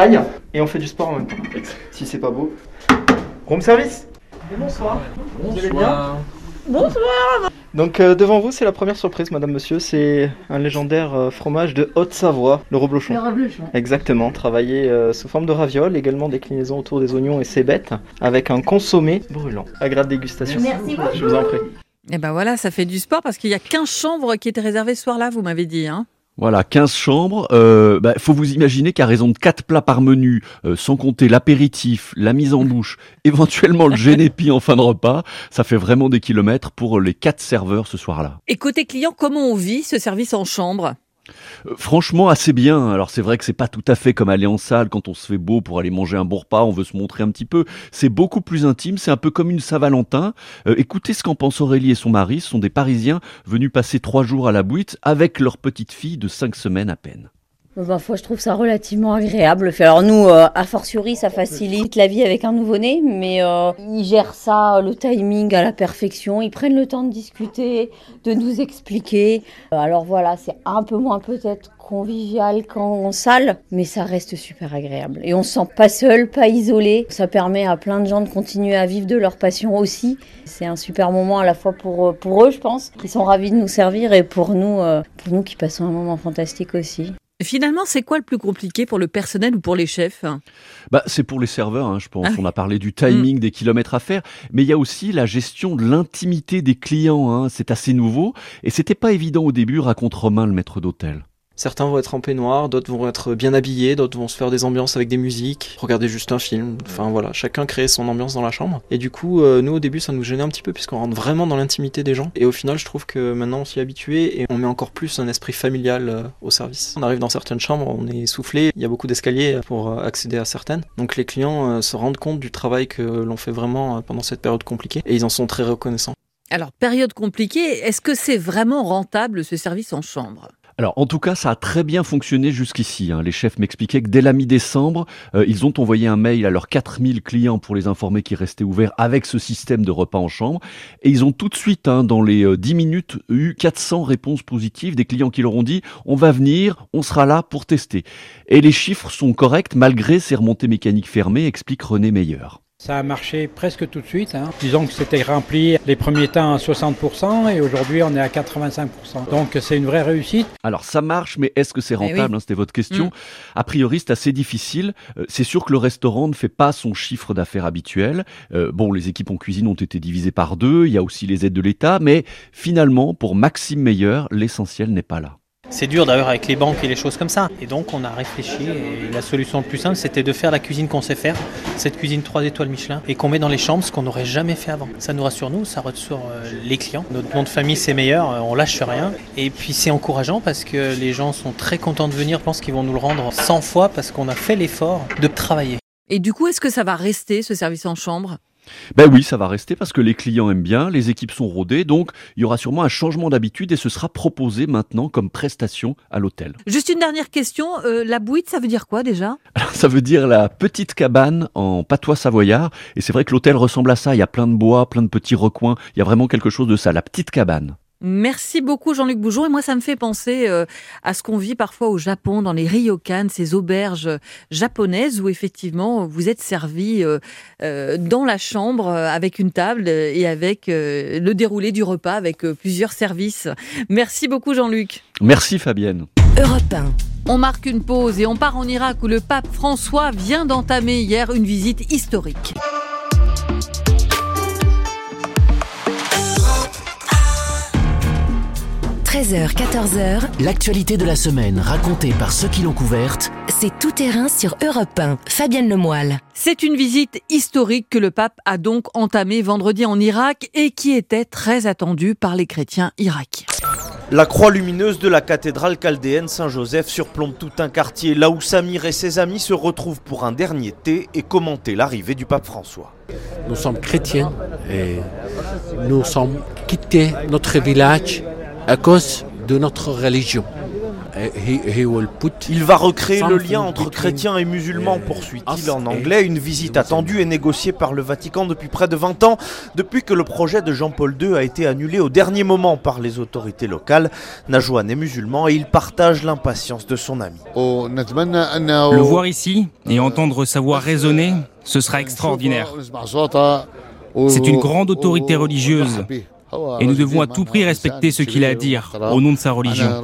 et on fait du sport en même temps. Si c'est pas beau. Room service. Et bonsoir. Vous allez bien ? Bonsoir. Donc euh, devant vous, c'est la première surprise, madame, monsieur. C'est un légendaire euh, fromage de Haute-Savoie, le reblochon. Le reblochon. Exactement, travaillé euh, sous forme de ravioles, également déclinaison autour des oignons et cébettes, avec un consommé brûlant. Agréable dégustation. Merci beaucoup. Je vous en prie. Et ben voilà, ça fait du sport parce qu'il y a quinze chambres qui étaient réservées ce soir-là, vous m'avez dit, hein. Voilà, quinze chambres. Euh, bah, faut vous imaginer qu'à raison de quatre plats par menu, euh, sans compter l'apéritif, la mise en bouche, éventuellement le génépi en fin de repas, ça fait vraiment des kilomètres pour les quatre serveurs ce soir-là. Et côté client, comment on vit ce service en chambre ? Euh, franchement, assez bien. Alors c'est vrai que c'est pas tout à fait comme aller en salle quand on se fait beau pour aller manger un bon repas, on veut se montrer un petit peu. C'est beaucoup plus intime, c'est un peu comme une Saint-Valentin. Euh, écoutez ce qu'en pensent Aurélie et son mari, ce sont des Parisiens venus passer trois jours à la Bouite avec leur petite fille de cinq semaines à peine. Bah, foi, je trouve ça relativement agréable. Alors nous, euh, a fortiori, ça facilite la vie avec un nouveau-né, mais euh, ils gèrent ça, le timing à la perfection. Ils prennent le temps de discuter, de nous expliquer. Alors voilà, c'est un peu moins peut-être convivial qu'en salle, mais ça reste super agréable. Et on se sent pas seul, pas isolé. Ça permet à plein de gens de continuer à vivre de leur passion aussi. C'est un super moment à la fois pour, pour eux, je pense, qui sont ravis de nous servir, et pour nous, euh, pour nous qui passons un moment fantastique aussi. Finalement, c'est quoi le plus compliqué pour le personnel ou pour les chefs ? Bah, c'est pour les serveurs, hein, je pense. Ah. On a parlé du timing, mmh. des kilomètres à faire, mais il y a aussi la gestion de l'intimité des clients. Hein. C'est assez nouveau et c'était pas évident au début, raconte Romain, le maître d'hôtel. Certains vont être en peignoir, d'autres vont être bien habillés, d'autres vont se faire des ambiances avec des musiques, regarder juste un film. Enfin voilà, chacun crée son ambiance dans la chambre. Et du coup, euh, nous au début, ça nous gênait un petit peu puisqu'on rentre vraiment dans l'intimité des gens. Et au final, je trouve que maintenant on s'y est habitué et on met encore plus un esprit familial euh, au service. On arrive dans certaines chambres, on est essoufflé, il y a beaucoup d'escaliers pour euh, accéder à certaines. Donc les clients euh, se rendent compte du travail que l'on fait vraiment euh, pendant cette période compliquée et ils en sont très reconnaissants. Alors, période compliquée, est-ce que c'est vraiment rentable ce service en chambre ? Alors, en tout cas, ça a très bien fonctionné jusqu'ici. Hein. Les chefs m'expliquaient que dès la mi-décembre, euh, ils ont envoyé un mail à leurs quatre mille clients pour les informer qu'ils restaient ouverts avec ce système de repas en chambre. Et ils ont tout de suite, hein, dans les euh, dix minutes, eu quatre cents réponses positives des clients qui leur ont dit « on va venir, on sera là pour tester ». Et les chiffres sont corrects malgré ces remontées mécaniques fermées, explique René Meyer. Ça a marché presque tout de suite. Hein. Disons que c'était rempli les premiers temps à soixante pour cent et aujourd'hui on est à quatre-vingt-cinq pour cent. Donc c'est une vraie réussite. Alors ça marche, mais est-ce que c'est rentable ? Oui. hein, C'était votre question. Mmh. A priori, c'est assez difficile. Euh, c'est sûr que le restaurant ne fait pas son chiffre d'affaires habituel. Euh, bon, les équipes en cuisine ont été divisées par deux. Il y a aussi les aides de l'État. Mais finalement, pour Maxime Meyer, l'essentiel n'est pas là. C'est dur d'ailleurs avec les banques et les choses comme ça. Et donc on a réfléchi et la solution la plus simple c'était de faire la cuisine qu'on sait faire, cette cuisine trois étoiles Michelin, et qu'on met dans les chambres, ce qu'on n'aurait jamais fait avant. Ça nous rassure nous, ça rassure les clients. Notre nom de famille c'est meilleur, on lâche rien. Et puis c'est encourageant parce que les gens sont très contents de venir, pensent qu'ils vont nous le rendre cent fois parce qu'on a fait l'effort de travailler. Et du coup, est-ce que ça va rester ce service en chambre ? Ben oui, ça va rester parce que les clients aiment bien, les équipes sont rodées, donc il y aura sûrement un changement d'habitude et ce sera proposé maintenant comme prestation à l'hôtel. Juste une dernière question, euh, la bouite, ça veut dire quoi déjà ? Alors, ça veut dire la petite cabane en patois savoyard, et c'est vrai que l'hôtel ressemble à ça, il y a plein de bois, plein de petits recoins, il y a vraiment quelque chose de ça, la petite cabane. Merci beaucoup Jean-Luc Boujon. Et moi, ça me fait penser euh, à ce qu'on vit parfois au Japon, dans les ryokan, ces auberges japonaises où effectivement vous êtes servi euh, euh, dans la chambre avec une table et avec euh, le déroulé du repas avec euh, plusieurs services. Merci beaucoup Jean-Luc. Merci Fabienne. Europe un. On marque une pause et on part en Irak où le pape François vient d'entamer hier une visite historique. treize heures, quatorze heures. L'actualité de la semaine racontée par ceux qui l'ont couverte. C'est Tout terrain sur Europe un. Fabienne Lemoyle. C'est une visite historique que le pape a donc entamée vendredi en Irak et qui était très attendue par les chrétiens irakiens. La croix lumineuse de la cathédrale chaldéenne Saint-Joseph surplombe tout un quartier, là où Samir et ses amis se retrouvent pour un dernier thé et commenter l'arrivée du pape François. Nous sommes chrétiens et nous sommes quittés notre village à cause de notre religion. Il va recréer le lien entre chrétiens et musulmans, poursuit-il en anglais. Une visite attendue et négociée par le Vatican depuis près de vingt ans, depuis que le projet de Jean-Paul deux a été annulé au dernier moment par les autorités locales. Najouan est musulman et il partage l'impatience de son ami. Le voir ici et entendre sa voix résonner, ce sera extraordinaire. C'est une grande autorité religieuse et nous devons à tout prix respecter ce qu'il a à dire au nom de sa religion.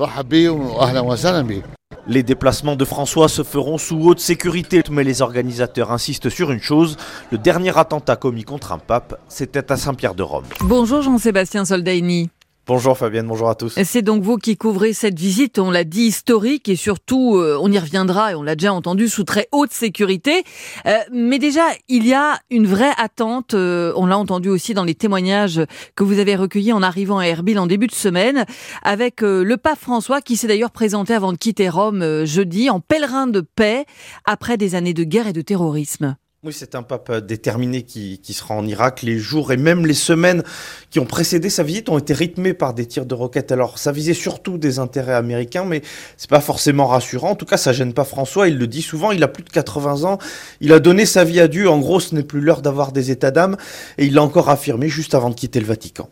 Les déplacements de François se feront sous haute sécurité, mais les organisateurs insistent sur une chose, le dernier attentat commis contre un pape, c'était à Saint-Pierre de Rome. Bonjour Jean-Sébastien Soldaini. Bonjour Fabienne, bonjour à tous. C'est donc vous qui couvrez cette visite, on l'a dit, historique et surtout, euh, on y reviendra et on l'a déjà entendu, sous très haute sécurité. Euh, mais déjà, il y a une vraie attente, euh, on l'a entendu aussi dans les témoignages que vous avez recueillis en arrivant à Erbil en début de semaine, avec euh, le pape François qui s'est d'ailleurs présenté avant de quitter Rome euh, jeudi en pèlerin de paix après des années de guerre et de terrorisme. Oui, c'est un pape déterminé qui, qui sera en Irak. Les jours et même les semaines qui ont précédé sa visite ont été rythmés par des tirs de roquettes. Alors, ça visait surtout des intérêts américains, mais c'est pas forcément rassurant. En tout cas, ça gêne pas François. Il le dit souvent. Il a plus de quatre-vingts ans. Il a donné sa vie à Dieu. En gros, ce n'est plus l'heure d'avoir des états d'âme. Et il l'a encore affirmé juste avant de quitter le Vatican.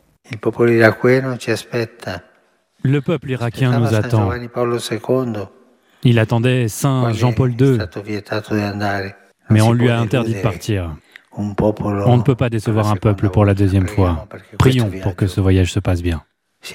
Le peuple irakien nous attend. Il attendait Saint Jean-Paul deux. Mais on lui a interdit de partir. On ne peut pas décevoir un peuple pour la deuxième fois. Prions pour que ce voyage se passe bien.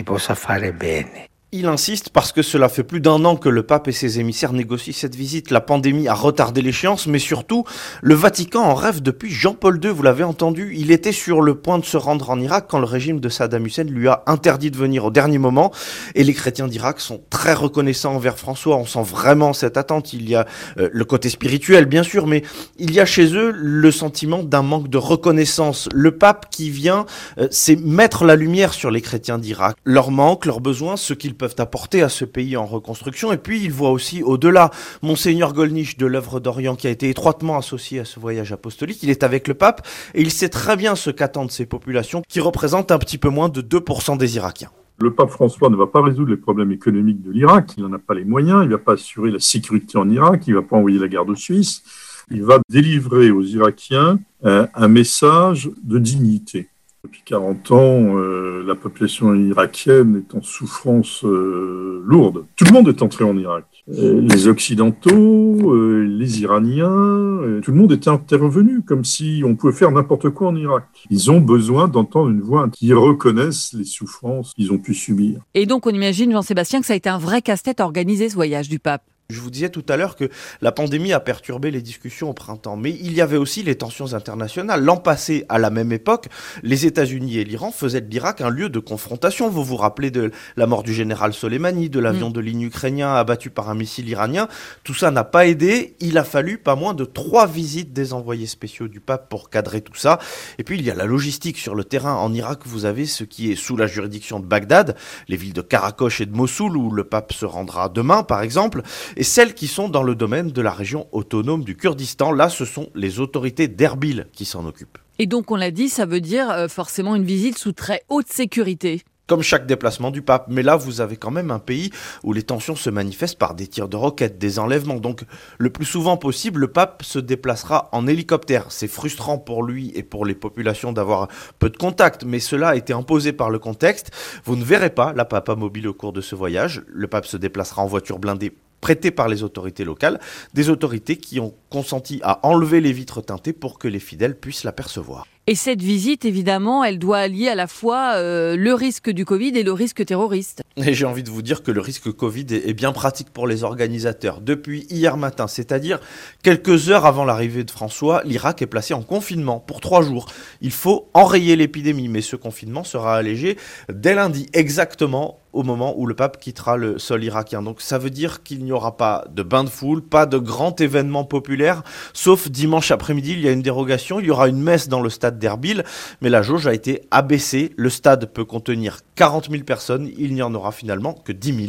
Il insiste parce que cela fait plus d'un an que le pape et ses émissaires négocient cette visite. La pandémie a retardé l'échéance, mais surtout, le Vatican en rêve depuis Jean-Paul deux, vous l'avez entendu. Il était sur le point de se rendre en Irak quand le régime de Saddam Hussein lui a interdit de venir au dernier moment. Et les chrétiens d'Irak sont très reconnaissants envers François. On sent vraiment cette attente. Il y a euh, le côté spirituel, bien sûr, mais il y a chez eux le sentiment d'un manque de reconnaissance. Le pape qui vient, euh, c'est mettre la lumière sur les chrétiens d'Irak. Leur manque, leurs besoins, ce qu'ils peuvent apporter à ce pays en reconstruction. Et puis, il voit aussi au-delà. Monseigneur Golnisch de l'œuvre d'Orient, qui a été étroitement associé à ce voyage apostolique, il est avec le pape et il sait très bien ce qu'attendent ces populations qui représentent un petit peu moins de deux pour cent des Irakiens. Le pape François ne va pas résoudre les problèmes économiques de l'Irak, il n'en a pas les moyens, il ne va pas assurer la sécurité en Irak, il ne va pas envoyer la garde suisse, il va délivrer aux Irakiens un, un message de dignité. Depuis quarante ans, euh, la population irakienne est en souffrance euh, lourde. Tout le monde est entré en Irak. Euh, les Occidentaux, euh, les Iraniens, euh, tout le monde était intervenu, comme si on pouvait faire n'importe quoi en Irak. Ils ont besoin d'entendre une voix qui reconnaisse les souffrances qu'ils ont pu subir. Et donc on imagine, Jean-Sébastien, que ça a été un vrai casse-tête à organiser ce voyage du pape. Je vous disais tout à l'heure que la pandémie a perturbé les discussions au printemps, mais il y avait aussi les tensions internationales. L'an passé, à la même époque, les États-Unis et l'Iran faisaient de l'Irak un lieu de confrontation. Vous vous rappelez de la mort du général Soleimani, de l'avion mmh. de ligne ukrainien abattu par un missile iranien. Tout ça n'a pas aidé. Il a fallu pas moins de trois visites des envoyés spéciaux du pape pour cadrer tout ça. Et puis il y a la logistique sur le terrain. En Irak, vous avez ce qui est sous la juridiction de Bagdad, les villes de Karakosh et de Mossoul, où le pape se rendra demain, par exemple. Et celles qui sont dans le domaine de la région autonome du Kurdistan, là, ce sont les autorités d'Erbil qui s'en occupent. Et donc, on l'a dit, ça veut dire euh, forcément une visite sous très haute sécurité. Comme chaque déplacement du pape. Mais là, vous avez quand même un pays où les tensions se manifestent par des tirs de roquettes, des enlèvements. Donc, le plus souvent possible, le pape se déplacera en hélicoptère. C'est frustrant pour lui et pour les populations d'avoir peu de contact, mais cela a été imposé par le contexte. Vous ne verrez pas la papa mobile au cours de ce voyage. Le pape se déplacera en voiture blindée prêtées par les autorités locales, des autorités qui ont consenti à enlever les vitres teintées pour que les fidèles puissent l'apercevoir. Et cette visite, évidemment, elle doit allier à la fois euh, le risque du Covid et le risque terroriste. Et j'ai envie de vous dire que le risque Covid est bien pratique pour les organisateurs. Depuis hier matin, c'est-à-dire quelques heures avant l'arrivée de François, l'Irak est placé en confinement pour trois jours. Il faut enrayer l'épidémie, mais ce confinement sera allégé dès lundi, exactement au moment où le pape quittera le sol irakien. Donc ça veut dire qu'il n'y aura pas de bain de foule, pas de grand événement populaire, sauf dimanche après-midi, il y a une dérogation, il y aura une messe dans le stade d'Erbil, mais la jauge a été abaissée. Le stade peut contenir quarante mille personnes, il n'y en aura finalement que dix mille.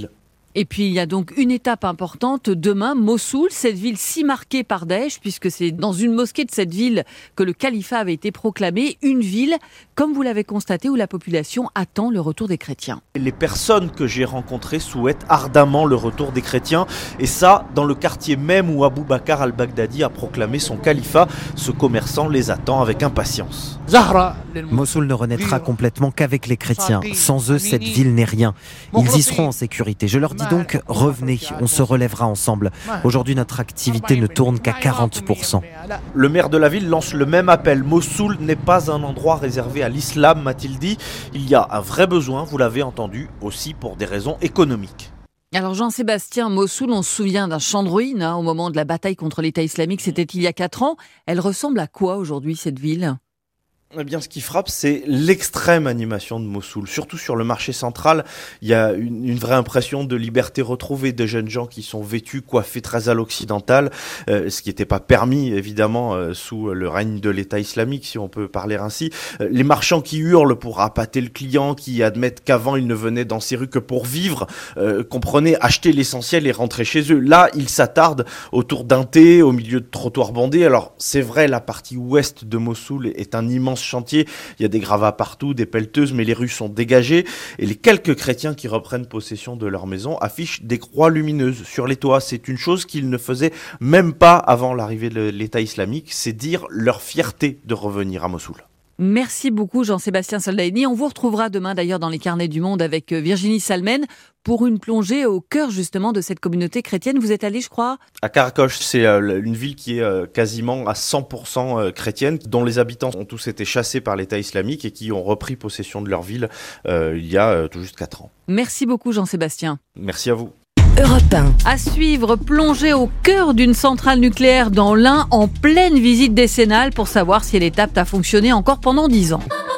Et puis il y a donc une étape importante demain, Mossoul, cette ville si marquée par Daesh, puisque c'est dans une mosquée de cette ville que le califat avait été proclamé, une ville, comme vous l'avez constaté, où la population attend le retour des chrétiens. Les personnes que j'ai rencontrées souhaitent ardemment le retour des chrétiens, et ça dans le quartier même où Abou Bakr al-Baghdadi a proclamé son califat. Ce commerçant les attend avec impatience. Mossoul ne renaîtra complètement qu'avec les chrétiens. Sans eux, cette ville n'est rien. Ils y seront en sécurité. Je leur dis donc, revenez, on se relèvera ensemble. Aujourd'hui, notre activité ne tourne qu'à quarante pour cent. Le maire de la ville lance le même appel. Mossoul n'est pas un endroit réservé à l'islam, m'a-t-il dit. Il y a un vrai besoin, vous l'avez entendu, aussi pour des raisons économiques. Alors Jean-Sébastien, Mossoul, on se souvient d'un champ de ruines hein, au moment de la bataille contre l'État islamique, c'était il y a quatre ans. Elle ressemble à quoi aujourd'hui cette ville ? Eh bien, ce qui frappe, c'est l'extrême animation de Mossoul. Surtout sur le marché central, il y a une, une vraie impression de liberté retrouvée, de jeunes gens qui sont vêtus, coiffés très à l'occidental, euh, ce qui n'était pas permis, évidemment, euh, sous le règne de l'État islamique, si on peut parler ainsi. Euh, les marchands qui hurlent pour appâter le client, qui admettent qu'avant, ils ne venaient dans ces rues que pour vivre, euh, comprenaient acheter l'essentiel et rentrer chez eux. Là, ils s'attardent autour d'un thé, au milieu de trottoirs bondés. Alors, c'est vrai, la partie ouest de Mossoul est un immense chantier, il y a des gravats partout, des pelleteuses, mais les rues sont dégagées et les quelques chrétiens qui reprennent possession de leur maison affichent des croix lumineuses sur les toits. C'est une chose qu'ils ne faisaient même pas avant l'arrivée de l'État islamique, c'est dire leur fierté de revenir à Mossoul. Merci beaucoup Jean-Sébastien Soldaini. On vous retrouvera demain d'ailleurs dans les carnets du monde avec Virginie Salmen pour une plongée au cœur justement de cette communauté chrétienne. Vous êtes allé, je crois ? À Karakosh, c'est une ville qui est quasiment à cent pour cent chrétienne, dont les habitants ont tous été chassés par l'État islamique et qui ont repris possession de leur ville euh, il y a tout juste quatre ans. Merci beaucoup Jean-Sébastien. Merci à vous. Europe un. À suivre, plongée au cœur d'une centrale nucléaire dans l'Ain en pleine visite décennale pour savoir si elle est apte à fonctionner encore pendant dix ans.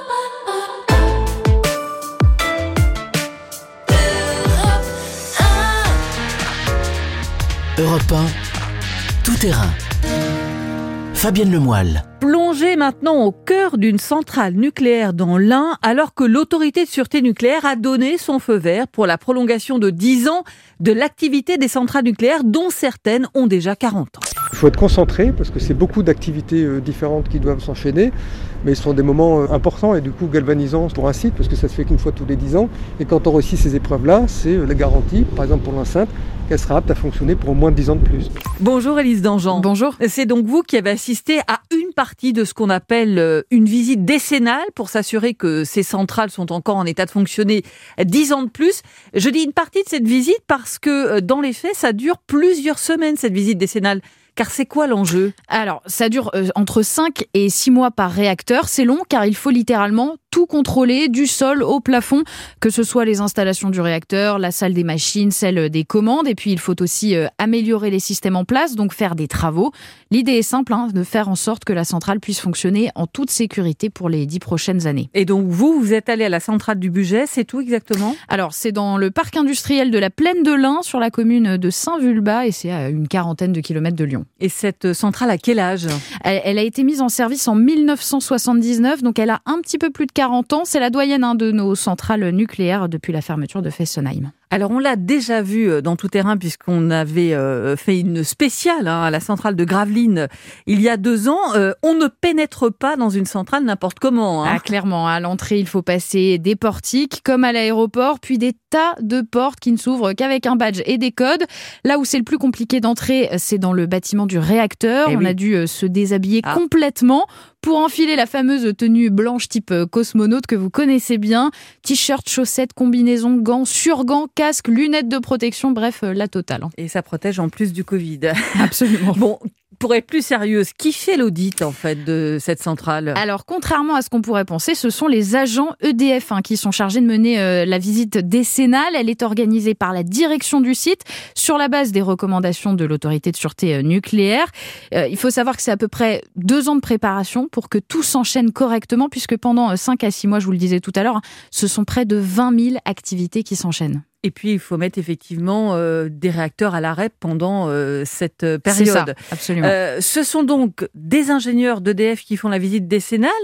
Europe un, tout terrain. Fabienne Lemoyle. Plongée maintenant au cœur d'une centrale nucléaire dans l'Ain, alors que l'autorité de sûreté nucléaire a donné son feu vert pour la prolongation de dix ans de l'activité des centrales nucléaires, dont certaines ont déjà quarante ans. Il faut être concentré parce que c'est beaucoup d'activités différentes qui doivent s'enchaîner, mais ce sont des moments importants et du coup galvanisants pour un site parce que ça se fait qu'une fois tous les dix ans. Et quand on réussit ces épreuves-là, c'est la garantie, par exemple pour l'enceinte, qu'elle sera apte à fonctionner pour au moins dix ans de plus. Bonjour Élise Dangean. Bonjour. C'est donc vous qui avez assisté à une partie de ce qu'on appelle une visite décennale pour s'assurer que ces centrales sont encore en état de fonctionner dix ans de plus. Je dis une partie de cette visite parce que dans les faits, ça dure plusieurs semaines cette visite décennale. Car c'est quoi l'enjeu ? Alors, ça dure euh, entre cinq et six mois par réacteur. C'est long car il faut littéralement tout contrôler, du sol au plafond, que ce soit les installations du réacteur, la salle des machines, celle des commandes. Et puis, il faut aussi euh, améliorer les systèmes en place, donc faire des travaux. L'idée est simple, hein, de faire en sorte que la centrale puisse fonctionner en toute sécurité pour les dix prochaines années. Et donc, vous, vous êtes allé à la centrale du Bugey, c'est tout exactement ? Alors, c'est dans le parc industriel de la Plaine de l'Ain, sur la commune de Saint-Vulbas, et c'est à une quarantaine de kilomètres de Lyon. Et cette centrale a quel âge ? elle, elle a été mise en service en mille neuf cent soixante-dix-neuf, donc elle a un petit peu plus de quarante ans. C'est la doyenne hein, de nos centrales nucléaires depuis la fermeture de Fessenheim. Alors on l'a déjà vu dans Tout Terrain puisqu'on avait euh, fait une spéciale hein, à la centrale de Gravelines il y a deux ans. Euh, on ne pénètre pas dans une centrale n'importe comment. Hein. Ah, clairement, à l'entrée il faut passer des portiques comme à l'aéroport, puis des tas de portes qui ne s'ouvrent qu'avec un badge et des codes. Là où c'est le plus compliqué d'entrer, c'est dans le bâtiment du réacteur. Eh on oui. a dû se déshabiller ah. complètement pour enfiler la fameuse tenue blanche type cosmonaute que vous connaissez bien. T-shirt, chaussettes, combinaisons, gants, surgants, casque, lunettes de protection, bref, la totale. Et ça protège en plus du Covid. Absolument. Bon, pour être plus sérieuse, qui fait l'audit en fait de cette centrale ? Alors, contrairement à ce qu'on pourrait penser, ce sont les agents E D F hein, qui sont chargés de mener euh, la visite décennale. Elle est organisée par la direction du site sur la base des recommandations de l'autorité de sûreté euh, nucléaire. Euh, il faut savoir que c'est à peu près deux ans de préparation pour que tout s'enchaîne correctement, puisque pendant cinq à six mois, je vous le disais tout à l'heure, hein, ce sont près de vingt mille activités qui s'enchaînent. Et puis, il faut mettre effectivement euh, des réacteurs à l'arrêt pendant euh, cette période. C'est ça, absolument. Euh, ce sont donc des ingénieurs d'E D F qui font la visite décennale.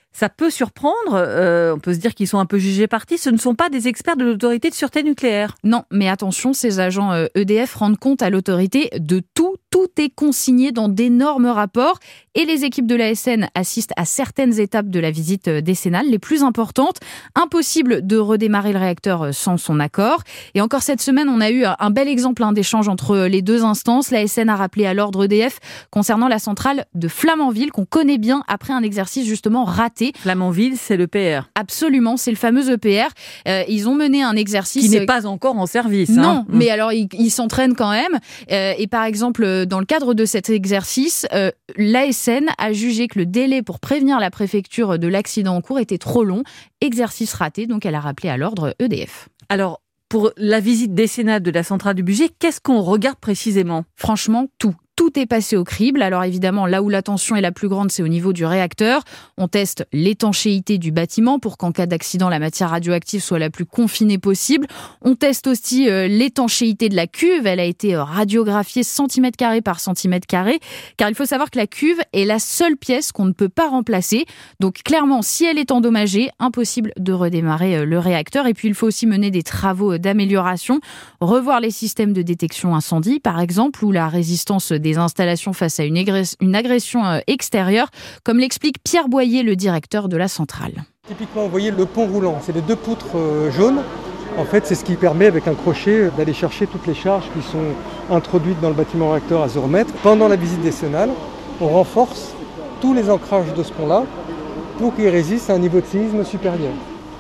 Ça peut surprendre, euh, on peut se dire qu'ils sont un peu jugés partis, ce ne sont pas des experts de l'autorité de sûreté nucléaire. Non, mais attention, ces agents euh, E D F rendent compte à l'autorité de tout, tout est consigné dans d'énormes rapports et les équipes de l'A S N assistent à certaines étapes de la visite décennale, les plus importantes. Impossible de redémarrer le réacteur sans son accord. Et encore cette semaine, on a eu un bel exemple hein, d'échange entre les deux instances. L'A S N a rappelé à l'ordre E D F concernant la centrale de Flamanville qu'on connaît bien après un exercice justement raté. Flamanville, c'est l'E P R. Absolument, c'est le fameux E P R. Euh, ils ont mené un exercice... Qui n'est pas encore en service. Non, hein. mais alors ils, ils s'entraînent quand même. Euh, et par exemple, dans le cadre de cet exercice, euh, l'A S N a jugé que le délai pour prévenir la préfecture de l'accident en cours était trop long. Exercice raté, donc elle a rappelé à l'ordre E D F. Alors, pour la visite décennale de la centrale du budget, qu'est-ce qu'on regarde précisément ? Franchement, tout. Tout est passé au crible. Alors évidemment, là où la tension est la plus grande, c'est au niveau du réacteur. On teste l'étanchéité du bâtiment pour qu'en cas d'accident, la matière radioactive soit la plus confinée possible. On teste aussi euh, l'étanchéité de la cuve. Elle a été euh, radiographiée centimètre carré par centimètre carré. Car il faut savoir que la cuve est la seule pièce qu'on ne peut pas remplacer. Donc clairement, si elle est endommagée, impossible de redémarrer euh, le réacteur. Et puis il faut aussi mener des travaux d'amélioration. Revoir les systèmes de détection incendie, par exemple, ou la résistance des des installations face à une, agress- une agression euh, extérieure, comme l'explique Pierre Boyer, le directeur de la centrale. Typiquement, vous voyez le pont roulant, c'est les deux poutres euh, jaunes. En fait, c'est ce qui permet, avec un crochet, d'aller chercher toutes les charges qui sont introduites dans le bâtiment réacteur à zéro mètre. Pendant la visite décennale, on renforce tous les ancrages de ce pont-là pour qu'il résiste à un niveau de séisme supérieur.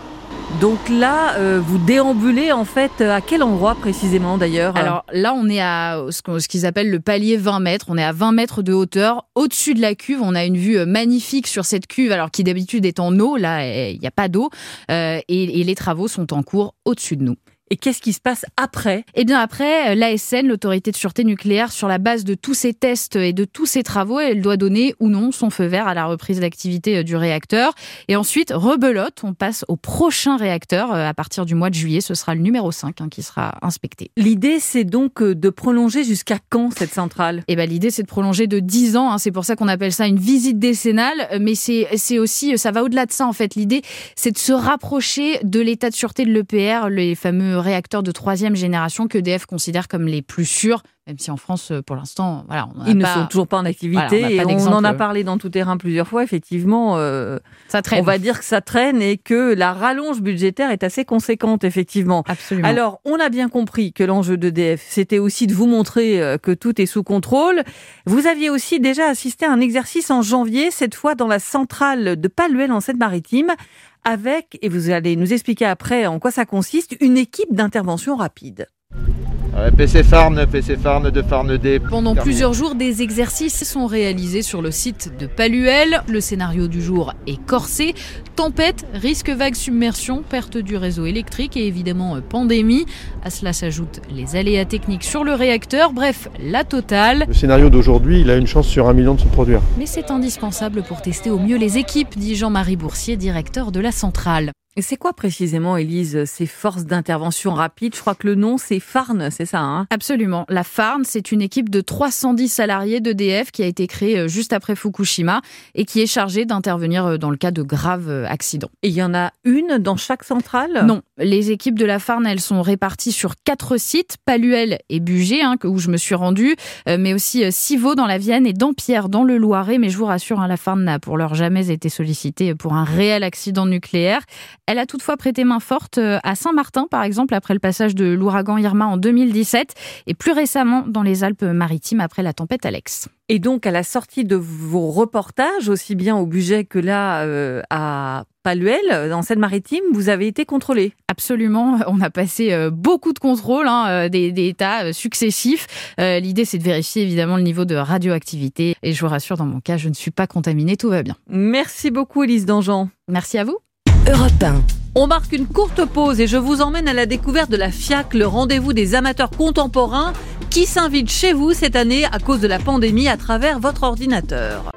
Donc là, euh, vous déambulez en fait à quel endroit précisément d'ailleurs ? Alors là, on est à ce qu'ils appellent le palier vingt mètres. On est à vingt mètres de hauteur. Au-dessus de la cuve, on a une vue magnifique sur cette cuve, alors qui d'habitude est en eau. Là, il n'y a pas d'eau. Euh, et, et les travaux sont en cours au-dessus de nous. Et qu'est-ce qui se passe après ? Eh bien après, l'A S N, l'autorité de sûreté nucléaire, sur la base de tous ces tests et de tous ces travaux, elle doit donner ou non son feu vert à la reprise d'activité du réacteur. Et ensuite, rebelote, on passe au prochain réacteur. À partir du mois de juillet, ce sera le numéro cinq hein, qui sera inspecté. L'idée, c'est donc de prolonger jusqu'à quand cette centrale ? Eh ben l'idée, c'est de prolonger de dix ans. Hein. C'est pour ça qu'on appelle ça une visite décennale. Mais c'est, c'est aussi, ça va au-delà de ça en fait. L'idée, c'est de se rapprocher de l'état de sûreté de l'E P R, les fameux réacteurs de troisième génération que E D F considère comme les plus sûrs, même si en France, pour l'instant, voilà, on ils ne pas... sont toujours pas en activité. Voilà, on et on en a parlé dans Tout Terrain plusieurs fois. Effectivement, euh, ça traîne. On va dire que ça traîne et que la rallonge budgétaire est assez conséquente, effectivement. Absolument. Alors, on a bien compris que l'enjeu d'E D F, c'était aussi de vous montrer que tout est sous contrôle. Vous aviez aussi déjà assisté à un exercice en janvier, cette fois dans la centrale de Palluel en Seine-Maritime, avec, et vous allez nous expliquer après en quoi ça consiste, une équipe d'intervention rapide. Ouais, P C Farn, P C Farn de Farn D. Pendant terminé. Plusieurs jours, des exercices sont réalisés sur le site de Palluel. Le scénario du jour est corsé. Tempête, risque vague submersion, perte du réseau électrique et évidemment pandémie. À cela s'ajoutent les aléas techniques sur le réacteur. Bref, la totale. Le scénario d'aujourd'hui, il a une chance sur un million de se produire. Mais c'est indispensable pour tester au mieux les équipes, dit Jean-Marie Boursier, directeur de la centrale. Et c'est quoi précisément, Élise, ces forces d'intervention rapide ? Je crois que le nom, c'est Farn, c'est ça hein ? Absolument. La Farn, c'est une équipe de trois cent dix salariés d'E D F qui a été créée juste après Fukushima et qui est chargée d'intervenir dans le cas de graves accidents. Et il y en a une dans chaque centrale ? Non. Les équipes de la Farn, elles sont réparties sur quatre sites, Palluel et Bugey, hein, où je me suis rendue, mais aussi Civaux dans la Vienne et Dampierre dans le Loiret. Mais je vous rassure, hein, la Farn n'a pour l'heure jamais été sollicitée pour un réel accident nucléaire. Elle a toutefois prêté main forte à Saint-Martin, par exemple, après le passage de l'ouragan Irma en deux mille dix-sept, et plus récemment dans les Alpes-Maritimes après la tempête Alex. Et donc, à la sortie de vos reportages, aussi bien au Bugey que là, euh, à Palluel, en Seine-Maritime, vous avez été contrôlé. Absolument. On a passé beaucoup de contrôles, hein, des, des états successifs. Euh, l'idée, c'est de vérifier évidemment le niveau de radioactivité. Et je vous rassure, dans mon cas, je ne suis pas contaminée, tout va bien. Merci beaucoup, Élise Dangean. Merci à vous. Europe un. On marque une courte pause et je vous emmène à la découverte de la FIAC, le rendez-vous des amateurs contemporains qui s'invite chez vous cette année à cause de la pandémie à travers votre ordinateur.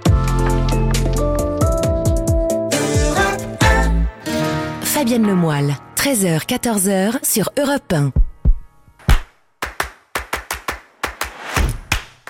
Fabienne Lemoyle, treize heures quatorze heures sur Europe un.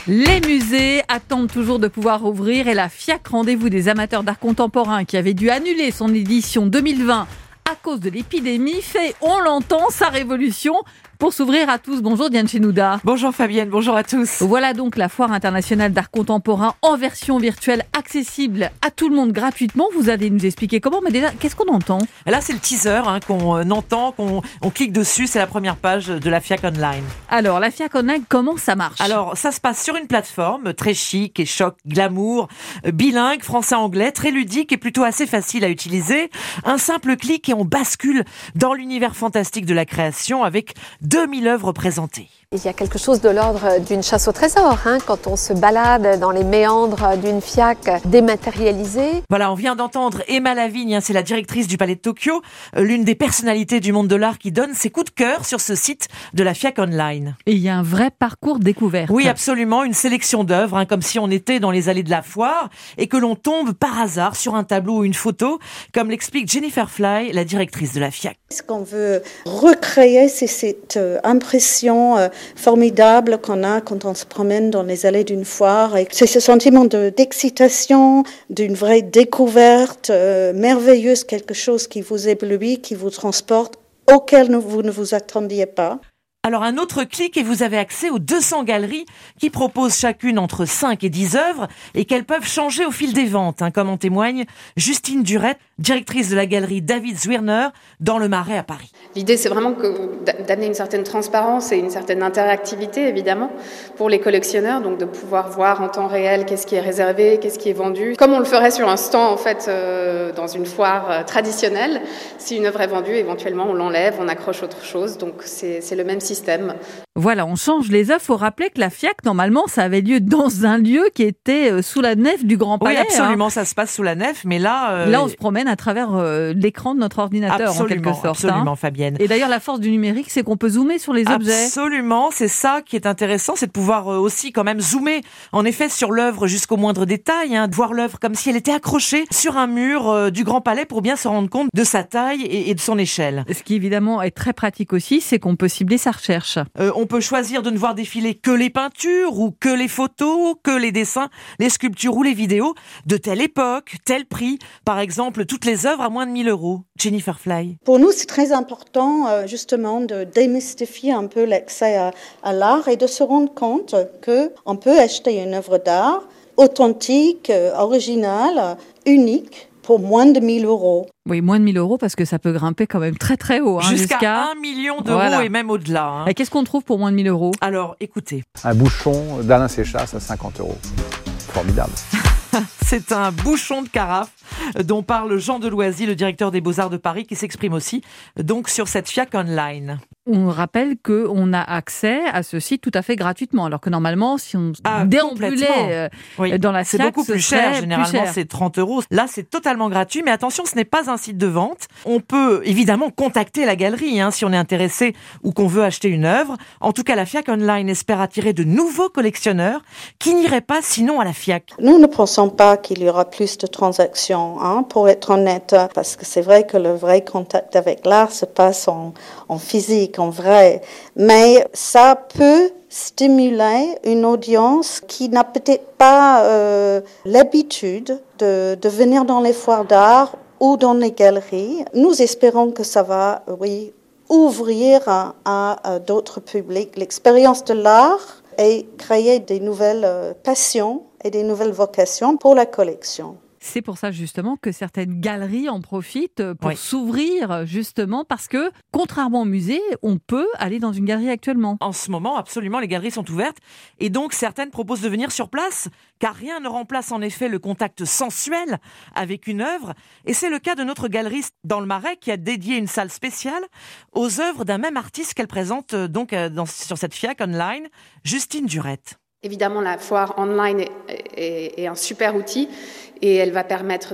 Les musées attendent toujours de pouvoir ouvrir et la FIAC, rendez-vous des amateurs d'art contemporain qui avait dû annuler son édition deux mille vingt à cause de l'épidémie, fait, on l'entend, sa révolution pour s'ouvrir à tous. Bonjour Diane Chenouda. Bonjour Fabienne, bonjour à tous. Voilà donc la Foire internationale d'art contemporain en version virtuelle, accessible à tout le monde gratuitement. Vous allez nous expliquer comment, mais déjà, qu'est-ce qu'on entend ? Là, c'est le teaser hein, qu'on euh, entend, qu'on on clique dessus, c'est la première page de la FIAC Online. Alors, la FIAC Online, comment ça marche ? Alors, ça se passe sur une plateforme très chic et choc, glamour, euh, bilingue, français-anglais, très ludique et plutôt assez facile à utiliser. Un simple clic et on bascule dans l'univers fantastique de la création avec deux mille œuvres présentées. Il y a quelque chose de l'ordre d'une chasse au trésor, hein, quand on se balade dans les méandres d'une FIAC dématérialisée. Voilà, on vient d'entendre Emma Lavigne, hein, c'est la directrice du Palais de Tokyo, l'une des personnalités du monde de l'art qui donne ses coups de cœur sur ce site de la FIAC Online. Et il y a un vrai parcours découverte. Oui, absolument, une sélection d'œuvres, hein, comme si on était dans les allées de la foire et que l'on tombe par hasard sur un tableau ou une photo, comme l'explique Jennifer Fly, la directrice de la FIAC. Ce qu'on veut recréer, c'est cette euh, impression euh, formidable qu'on a quand on se promène dans les allées d'une foire. Et c'est ce sentiment de, d'excitation, d'une vraie découverte euh, merveilleuse, quelque chose qui vous éblouit, qui vous transporte, auquel vous ne vous attendiez pas. Alors un autre clic et vous avez accès aux deux cents galeries qui proposent chacune entre cinq et dix œuvres et qu'elles peuvent changer au fil des ventes, hein, comme en témoigne Justine Durette, directrice de la galerie David Zwirner dans le Marais à Paris. L'idée, c'est vraiment que, d'amener une certaine transparence et une certaine interactivité, évidemment, pour les collectionneurs, donc de pouvoir voir en temps réel qu'est-ce qui est réservé, qu'est-ce qui est vendu, comme on le ferait sur un stand, en fait, euh, dans une foire euh, traditionnelle. Si une œuvre est vendue, éventuellement, on l'enlève, on accroche autre chose, donc c'est, c'est le même système. Voilà, on change les œuvres. Il faut rappeler que la FIAC, normalement, ça avait lieu dans un lieu qui était sous la nef du Grand Palais. Oui, absolument, hein. Ça se passe sous la nef, mais là... Euh... Là, on se promène à travers euh, l'écran de notre ordinateur, absolument, en quelque sorte. Absolument, hein. Fabienne. Et d'ailleurs, la force du numérique, c'est qu'on peut zoomer sur les objets. Absolument, c'est ça qui est intéressant, c'est de pouvoir euh, aussi quand même zoomer, en effet, sur l'œuvre jusqu'au moindre détail, hein, de voir l'œuvre comme si elle était accrochée sur un mur euh, du Grand Palais pour bien se rendre compte de sa taille et, et de son échelle. Ce qui, évidemment, est très pratique aussi, c'est qu'on peut cibler sa recherche. Euh, on peut choisir de ne voir défiler que les peintures ou que les photos, que les dessins, les sculptures ou les vidéos de telle époque, tel prix. Par exemple, toutes les œuvres à moins de mille euros. Jennifer Fly. Pour nous, c'est très important euh, justement de démystifier un peu l'accès à, à l'art et de se rendre compte qu'on peut acheter une œuvre d'art authentique, euh, originale, unique, pour moins de mille euros. Oui, moins de mille euros parce que ça peut grimper quand même très très haut. Hein, jusqu'à, jusqu'à un million d'euros voilà. Et même au-delà. Hein. Et qu'est-ce qu'on trouve pour moins de mille euros ? Alors, écoutez. Un bouchon d'Alain Séchasse à cinquante euros. Formidable. C'est un bouchon de carafe dont parle Jean Deloisy, le directeur des Beaux-Arts de Paris, qui s'exprime aussi donc sur cette FIAC Online. On rappelle qu'on a accès à ce site tout à fait gratuitement, alors que normalement, si on ah, déambulait oui. dans la FIAC, c'est beaucoup plus cher. Généralement, plus cher. C'est trente euros. Là, c'est totalement gratuit. Mais attention, ce n'est pas un site de vente. On peut évidemment contacter la galerie hein, si on est intéressé ou qu'on veut acheter une œuvre. En tout cas, la FIAC Online espère attirer de nouveaux collectionneurs qui n'iraient pas sinon à la FIAC. Nous ne pensons pas qu'il y aura plus de transactions, hein, pour être honnête, parce que c'est vrai que le vrai contact avec l'art se passe en, en physique, en vrai. Mais ça peut stimuler une audience qui n'a peut-être pas euh, l'habitude de, de venir dans les foires d'art ou dans les galeries. Nous espérons que ça va, oui, ouvrir à, à, à d'autres publics l'expérience de l'art et créer des nouvelles euh, passions et des nouvelles vocations pour la collection. C'est pour ça justement que certaines galeries en profitent pour oui. s'ouvrir justement parce que, contrairement au musée, on peut aller dans une galerie actuellement. En ce moment, absolument, les galeries sont ouvertes et donc certaines proposent de venir sur place car rien ne remplace en effet le contact sensuel avec une œuvre et c'est le cas de notre galeriste dans le Marais qui a dédié une salle spéciale aux œuvres d'un même artiste qu'elle présente donc dans, sur cette FIAC Online, Justine Durette. Évidemment, la foire online est, est, est un super outil et elle va permettre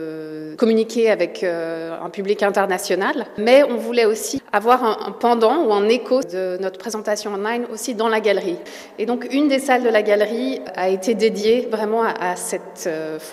de communiquer avec euh, un public international. Mais on voulait aussi avoir un, un pendant ou un écho de notre présentation online aussi dans la galerie. Et donc, une des salles de la galerie a été dédiée vraiment à, à cette euh, foire.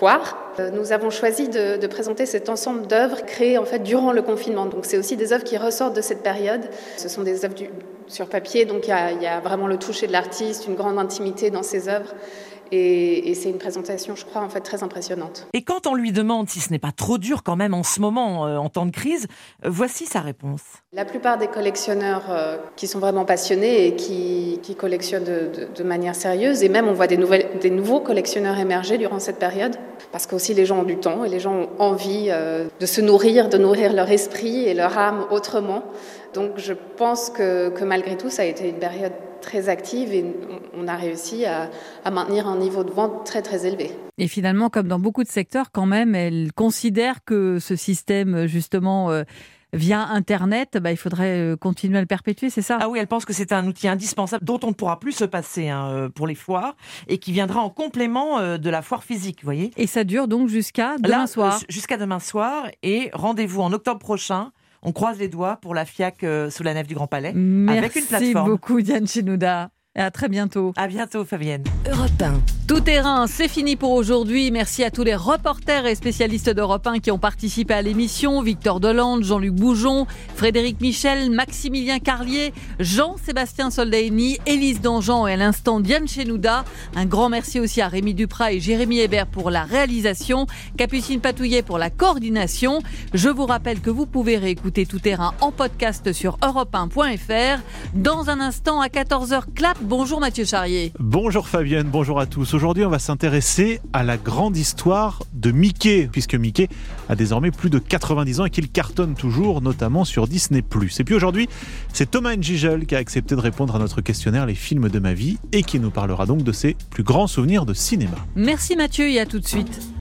Nous avons choisi de, de présenter cet ensemble d'œuvres créées en fait durant le confinement. Donc c'est aussi des œuvres qui ressortent de cette période. Ce sont des œuvres du, sur papier, donc il y a, il y a vraiment le toucher de l'artiste, une grande intimité dans ces œuvres. Et, et c'est une présentation, je crois, en fait, très impressionnante. Et quand on lui demande si ce n'est pas trop dur quand même en ce moment, euh, en temps de crise, euh, voici sa réponse. La plupart des collectionneurs euh, qui sont vraiment passionnés et qui, qui collectionnent de, de, de manière sérieuse, et même on voit des, nouvelles, des nouveaux collectionneurs émerger durant cette période, parce qu'aussi les gens ont du temps et les gens ont envie euh, de se nourrir, de nourrir leur esprit et leur âme autrement. Donc je pense que, que malgré tout, ça a été une période très active et on a réussi à, à maintenir un niveau de vente très très élevé. Et finalement, comme dans beaucoup de secteurs, quand même, elle considère que ce système, justement, euh, via Internet, bah, il faudrait continuer à le perpétuer, c'est ça ? Ah oui, elle pense que c'est un outil indispensable dont on ne pourra plus se passer hein, pour les foires et qui viendra en complément euh, de la foire physique, vous voyez. Et ça dure donc jusqu'à demain Là, soir. euh, Jusqu'à demain soir et rendez-vous en octobre prochain. On croise les doigts pour la FIAC euh, sous la nef du Grand Palais. Merci avec une plateforme. Merci beaucoup Diane Chenouda. Et à très bientôt. À bientôt Fabienne. Europe un. Tout terrain, c'est fini pour aujourd'hui. Merci à tous les reporters et spécialistes d'Europe un qui ont participé à l'émission. Victor Delande, Jean-Luc Boujon, Frédéric Michel, Maximilien Carlier, Jean-Sébastien Soldaini, Élise Dangean et à l'instant Diane Chenouda. Un grand merci aussi à Rémi Duprat et Jérémy Hébert pour la réalisation, Capucine Patouillet pour la coordination. Je vous rappelle que vous pouvez réécouter Tout terrain en podcast sur europe un point f r. Dans un instant à quatorze heures, clap. Bonjour Mathieu Charrier. Bonjour Fabienne, bonjour à tous. Aujourd'hui, on va s'intéresser à la grande histoire de Mickey, puisque Mickey a désormais plus de quatre-vingt-dix ans et qu'il cartonne toujours, notamment sur Disney plus. Et puis aujourd'hui, c'est Thomas N'Gijel qui a accepté de répondre à notre questionnaire Les films de ma vie et qui nous parlera donc de ses plus grands souvenirs de cinéma. Merci Mathieu et à tout de suite.